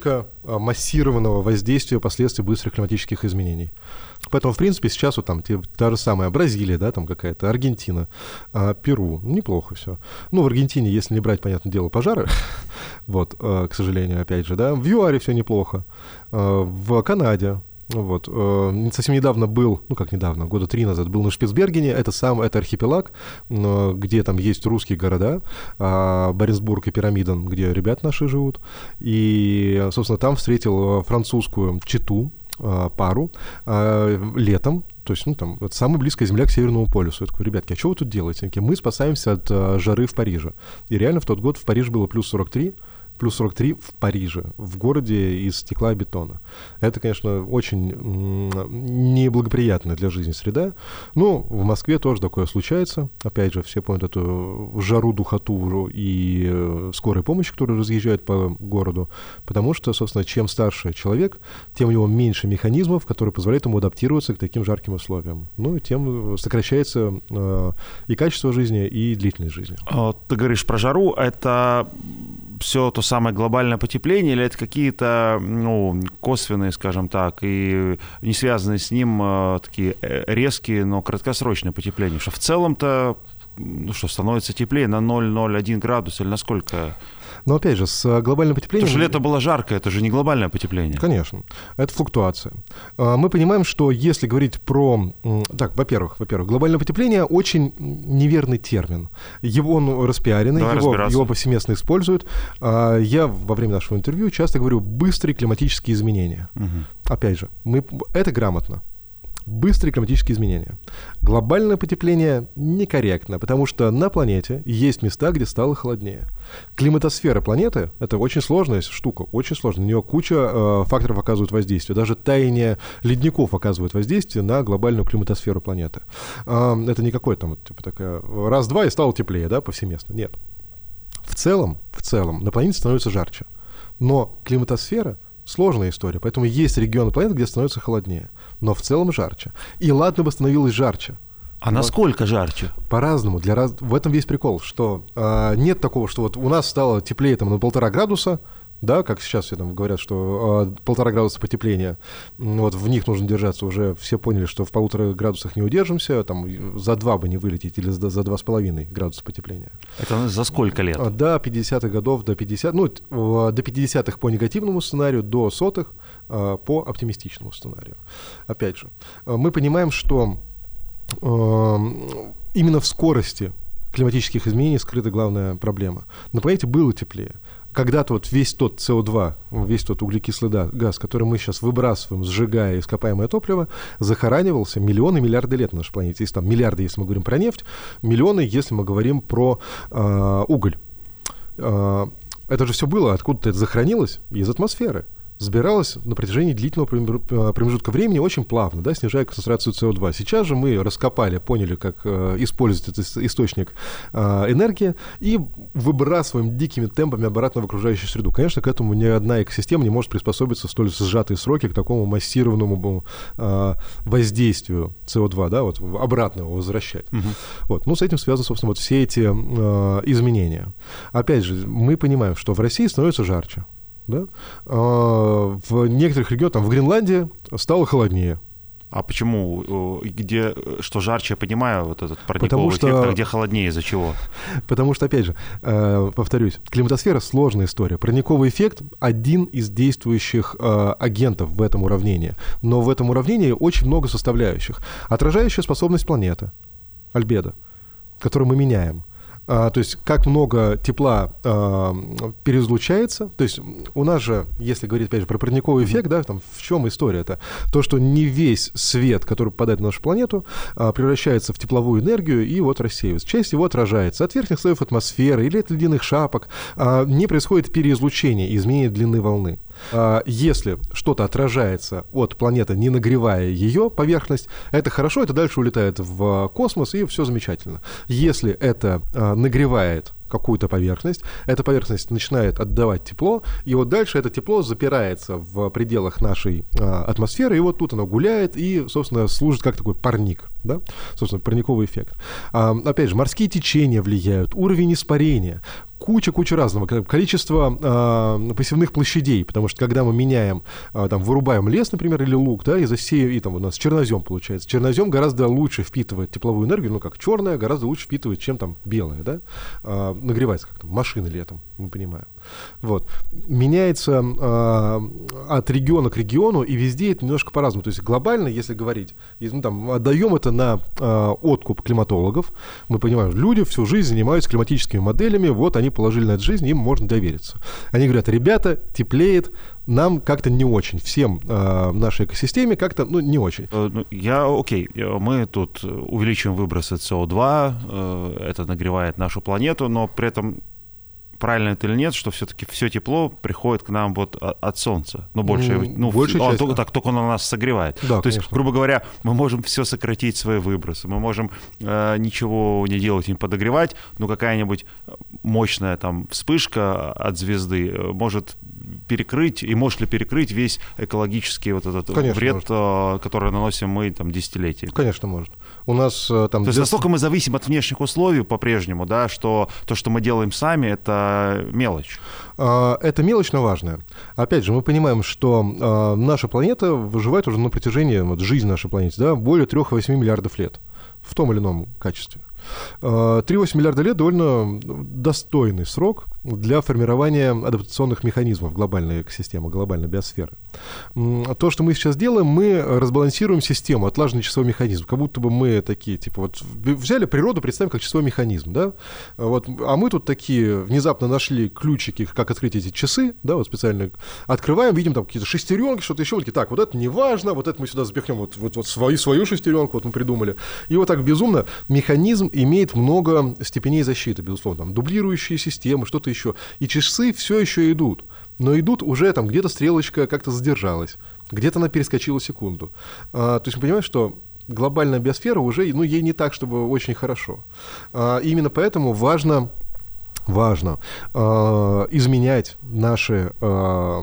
массированного воздействия последствий быстрых климатических изменений. Поэтому, в принципе, сейчас вот там те, та же самая Бразилия, да, там какая-то, Аргентина, а, Перу, неплохо все. Ну, в Аргентине, если не брать, понятное дело, пожары, вот, а, к сожалению, опять же, да, в ЮАРе все неплохо, а, в Канаде. Вот. Совсем недавно был, ну как недавно, года три назад был на Шпицбергене, это сам, это архипелаг, где там есть русские города, Боренсбург и Пирамиден, где ребята наши живут, и, собственно, там встретил французскую чету, пару, летом. То есть, ну, там, это самая близкая земля к Северному полюсу. Я такой, ребятки, а что вы тут делаете? Они такие, мы спасаемся от а, жары в Париже. И реально в тот год в Париже было плюс сорок три, плюс сорок три в Париже, в городе из стекла и бетона. Это, конечно, очень м- неблагоприятная для жизни среда. Ну, в Москве тоже такое случается. Опять же, все помнят эту жару, духоту и э, скорой помощи, которая разъезжает по городу. Потому что, собственно, чем старше человек, тем у него меньше механизмов, которые позволяют ему адаптироваться к таким жарким условиям. Ну, и тем сокращается э, и качество жизни, и длительность жизни. Ты говоришь про жару. Это все то самое глобальное потепление, или это какие-то, ну, косвенные, скажем так, и не связанные с ним э, такие резкие, но краткосрочные потепления? Что в целом-то, ну что, становится теплее на ноль целых ноль один градус или на сколько? Но опять же, с глобальным потеплением... Потому что лето было жарко, это же не глобальное потепление. Конечно, это флуктуация. Мы понимаем, что если говорить про... Так, во-первых, во-первых, глобальное потепление очень неверный термин. Его он распиаренный, его, его повсеместно используют. Я во время нашего интервью часто говорю «быстрые климатические изменения». Угу. Опять же, мы... это грамотно. Быстрые климатические изменения. Глобальное потепление некорректно, потому что на планете есть места, где стало холоднее. Климатосфера планеты — это очень сложная штука, очень сложная. На нее куча э, факторов оказывают воздействие. Даже таяние ледников оказывает воздействие на глобальную климатосферу планеты. Э, это не какой-то там вот, типа такая раз-два и стало теплее, да, повсеместно. Нет. В целом, в целом на планете становится жарче. Но климатосфера — сложная история, поэтому есть регионы планеты, где становится холоднее, но в целом жарче. И ладно бы становилось жарче. А но насколько жарче? По-разному. Для раз... В этом весь прикол, что э, нет такого, что вот у нас стало теплее там, на полтора градуса, да, как сейчас все там говорят, что э, полтора градуса потепления, вот в них нужно держаться, уже все поняли, что в полутора градусах не удержимся, там за два бы не вылететь или за, за два с половиной градуса потепления. Это за сколько лет? До пятидесятых годов, до пятидесятых, ну, до пятидесятых по негативному сценарию, до сотых э, по оптимистичному сценарию. Опять же, э, мы понимаем, что э, именно в скорости климатических изменений скрыта главная проблема. На планете было теплее. Когда-то вот весь тот С О два, весь тот углекислый газ, который мы сейчас выбрасываем, сжигая ископаемое топливо, захоранивался миллионы, миллиарды лет на нашей планете. Если там миллиарды, если мы говорим про нефть, миллионы, если мы говорим про э, уголь. Э, это же все было, откуда-то это захоронилось из атмосферы. Сбиралось на протяжении длительного промежутка времени очень плавно, да, снижая концентрацию С О два. Сейчас же мы раскопали, поняли, как э, использовать этот источник э, энергии и выбрасываем дикими темпами обратно в окружающую среду. Конечно, к этому ни одна экосистема не может приспособиться в столь сжатые сроки к такому массированному э, воздействию С О два, да, вот обратно его возвращать. Угу. Вот. Ну, с этим связаны, собственно, вот все эти э, изменения. Опять же, мы понимаем, что в России становится жарче. Да? А в некоторых регионах, там, в Гренландии, стало холоднее. А почему? Где, что жарче, я понимаю, вот этот парниковый эффект, что... а где холоднее, из-за чего? Потому что, опять же, повторюсь, климатосфера — сложная история. Парниковый эффект — один из действующих агентов в этом уравнении. Но в этом уравнении очень много составляющих. Отражающая способность планеты, альбедо, которую мы меняем. А, то есть как много тепла а, переизлучается. То есть у нас же, если говорить опять же про парниковый эффект, да, там, в чем история-то? То, что не весь свет, который попадает на нашу планету, а, превращается в тепловую энергию и вот рассеивается. Часть его отражается от верхних слоев атмосферы или от ледяных шапок. А, не происходит переизлучение и изменение длины волны. Если что-то отражается от планеты, не нагревая ее поверхность, это хорошо, это дальше улетает в космос, и все замечательно. Если это нагревает какую-то поверхность, эта поверхность начинает отдавать тепло, и вот дальше это тепло запирается в пределах нашей а, атмосферы, и вот тут оно гуляет и, собственно, служит как такой парник, да, собственно, парниковый эффект. А, опять же, морские течения влияют, уровень испарения, куча-куча разного, количество э, посевных площадей, потому что когда мы меняем, э, там, вырубаем лес, например, или луг, да, и засеем, и там у нас чернозем получается. Чернозем гораздо лучше впитывает тепловую энергию, ну, как черная, гораздо лучше впитывает, чем там белая, да, э, нагревается как там машины летом, мы понимаем. Вот. Меняется э, от региона к региону, и везде это немножко по-разному. То есть глобально, если говорить, ну, там, отдаем это на э, откуп климатологов, мы понимаем, люди всю жизнь занимаются климатическими моделями, вот они положили на это жизнь, им можно довериться. Они говорят, ребята, теплеет, нам как-то не очень, всем э, в нашей экосистеме как-то, ну, не очень. Я, окей, мы тут увеличиваем выбросы си о два, э, это нагревает нашу планету, но при этом правильно это или нет, что все-таки все тепло приходит к нам вот от Солнца. Ну, больше, ну, большая часть, только, да. так, только оно нас согревает. Да, То конечно. есть, грубо говоря, мы можем все сократить свои выбросы, мы можем э, ничего не делать, не подогревать, но какая-нибудь мощная там вспышка от звезды может перекрыть, и может ли перекрыть весь экологический вот этот Конечно, вред, может. который наносим мы там десятилетия. Конечно, может. У нас там... То есть для... насколько мы зависим от внешних условий по-прежнему, да, что то, что мы делаем сами, это мелочь. Это мелочь, но важная. Опять же, мы понимаем, что наша планета выживает уже на протяжении, вот жизнь нашей планеты, да, более трёх-восьми миллиардов лет в том или ином качестве. три целых восемь миллиарда лет довольно достойный срок для формирования адаптационных механизмов глобальной экосистемы, глобальной биосферы. То, что мы сейчас делаем, мы разбалансируем систему, отлаженный часовой механизм, как будто бы мы такие, типа, вот взяли природу, представим как часовой механизм, да, вот, а мы тут такие внезапно нашли ключики, как открыть эти часы, да, вот специально открываем, видим там какие-то шестеренки, что-то еще, вот такие, так, вот это не важно, вот это мы сюда запихнем, вот, вот, вот свою, свою шестеренку, вот мы придумали, и вот так безумно механизм имеет много степеней защиты, безусловно, там, дублирующие системы, что-то еще. И часы все еще идут, но идут уже там где-то стрелочка как-то задержалась, где-то она перескочила секунду. А, то есть мы понимаем, что глобальная биосфера уже, ну, ей не так, чтобы очень хорошо. А, именно поэтому важно... Важно э, изменять наши э,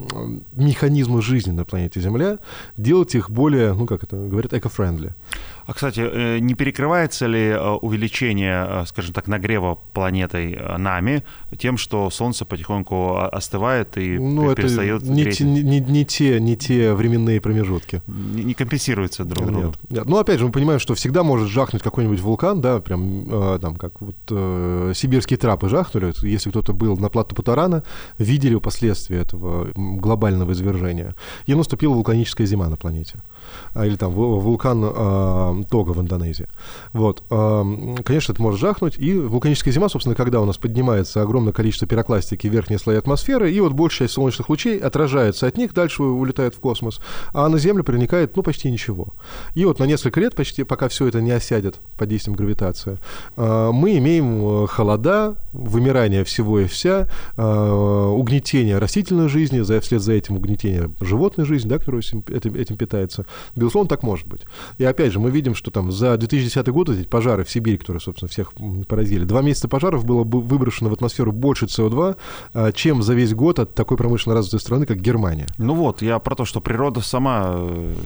механизмы жизни на планете Земля, делать их более, ну, как это говорят, эко-френдли. А, кстати, не перекрывается ли увеличение, скажем так, нагрева планетой нами тем, что Солнце потихоньку остывает и ну, перестает это не греть? Те, не, не, те, не те временные промежутки. Не, не компенсируется друг другу. Нет, нет. Ну, опять же, мы понимаем, что всегда может жахнуть какой-нибудь вулкан, да, прям э, там, как вот э, сибирские трапы жахнули. Если кто-то был на плато Путарана, видели последствия этого глобального извержения. И наступила вулканическая зима на планете. Или там вулкан э, Тога в Индонезии. Вот. Э, конечно, это может жахнуть. И вулканическая зима, собственно, когда у нас поднимается огромное количество пирокластики в верхние слои атмосферы, и вот большая часть солнечных лучей отражается от них, дальше улетает в космос, а на Землю проникает, ну, почти ничего. И вот на несколько лет, почти, пока все это не осядет под действием гравитации, э, мы имеем холода, вымирание всего и вся, э, угнетение растительной жизни, за, вслед за этим угнетение животной жизни, да, которая этим, этим питается. Безусловно, так может быть. И опять же, мы видим, что там за две тысячи десятый год эти пожары в Сибири, которые, собственно, всех поразили, два месяца пожаров было выброшено в атмосферу больше си о два, чем за весь год от такой промышленно развитой страны, как Германия. Ну вот, я про то, что природа сама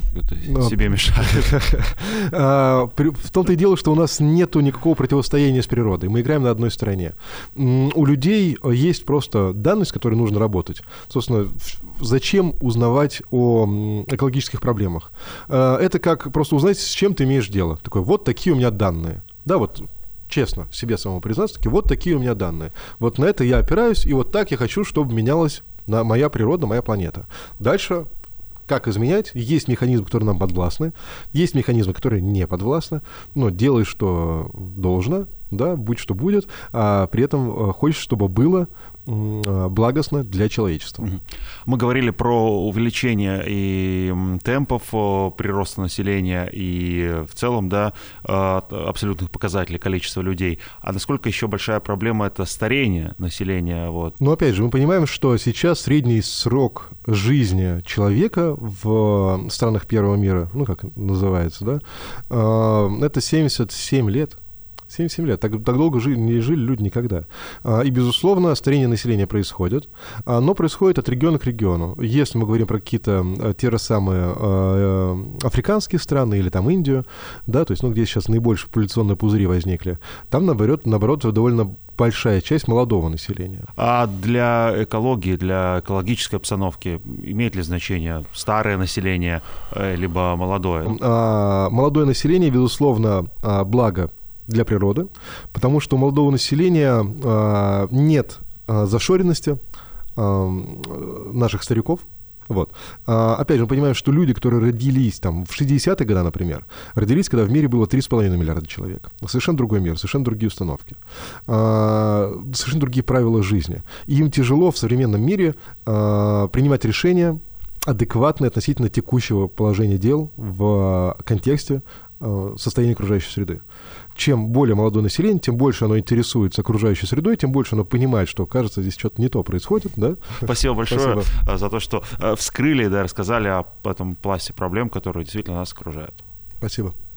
себе мешает. В том-то и дело, что у нас нету никакого противостояния с природой. Мы играем на одной стороне. У людей есть просто данность, с которой нужно работать. Собственно, зачем узнавать о экологических проблемах? Это как просто узнать, с чем ты имеешь дело. Такой, вот такие у меня данные. Да, вот честно себе самому признаться, таки, вот такие у меня данные. Вот на это я опираюсь, и вот так я хочу, чтобы менялась моя природа, моя планета. Дальше... Как изменять? Есть механизмы, которые нам подвластны, есть механизмы, которые не подвластны, но делай, что должно, да, будь что будет, а при этом хочешь, чтобы было благостно для человечества. Мы говорили про увеличение и темпов прироста населения и в целом, да, абсолютных показателей количества людей. А насколько еще большая проблема — это старение населения? Вот. Но опять же, мы понимаем, что сейчас средний срок жизни человека в странах первого мира, ну, как называется, да, это семьдесят семь лет. семьдесят семь лет. Так, так долго жили, не жили люди никогда. А, и, безусловно, старение населения происходит, а, но происходит от региона к региону. Если мы говорим про какие-то а, те же самые а, африканские страны или там Индию, да, то есть, ну, где сейчас наибольшие популяционные пузыри возникли, там, наоборот, наоборот довольно большая часть молодого населения. А для экологии, для экологической обстановки имеет ли значение старое население либо молодое? А, молодое население, безусловно, благо для природы, потому что у молодого населения а, нет а, зашоренности а, наших стариков. Вот. А, опять же, мы понимаем, что люди, которые родились там, в шестидесятые годы, например, родились, когда в мире было три с половиной миллиарда человек. Совершенно другой мир, совершенно другие установки, а, совершенно другие правила жизни. И им тяжело в современном мире а, принимать решения, адекватные относительно текущего положения дел в контексте а, состояния окружающей среды. Чем более молодое население, тем больше оно интересуется окружающей средой, тем больше оно понимает, что, кажется, здесь что-то не то происходит. Да? Спасибо большое Спасибо. за то, что вскрыли, да, рассказали об этом пласте проблем, которые действительно нас окружают. Спасибо.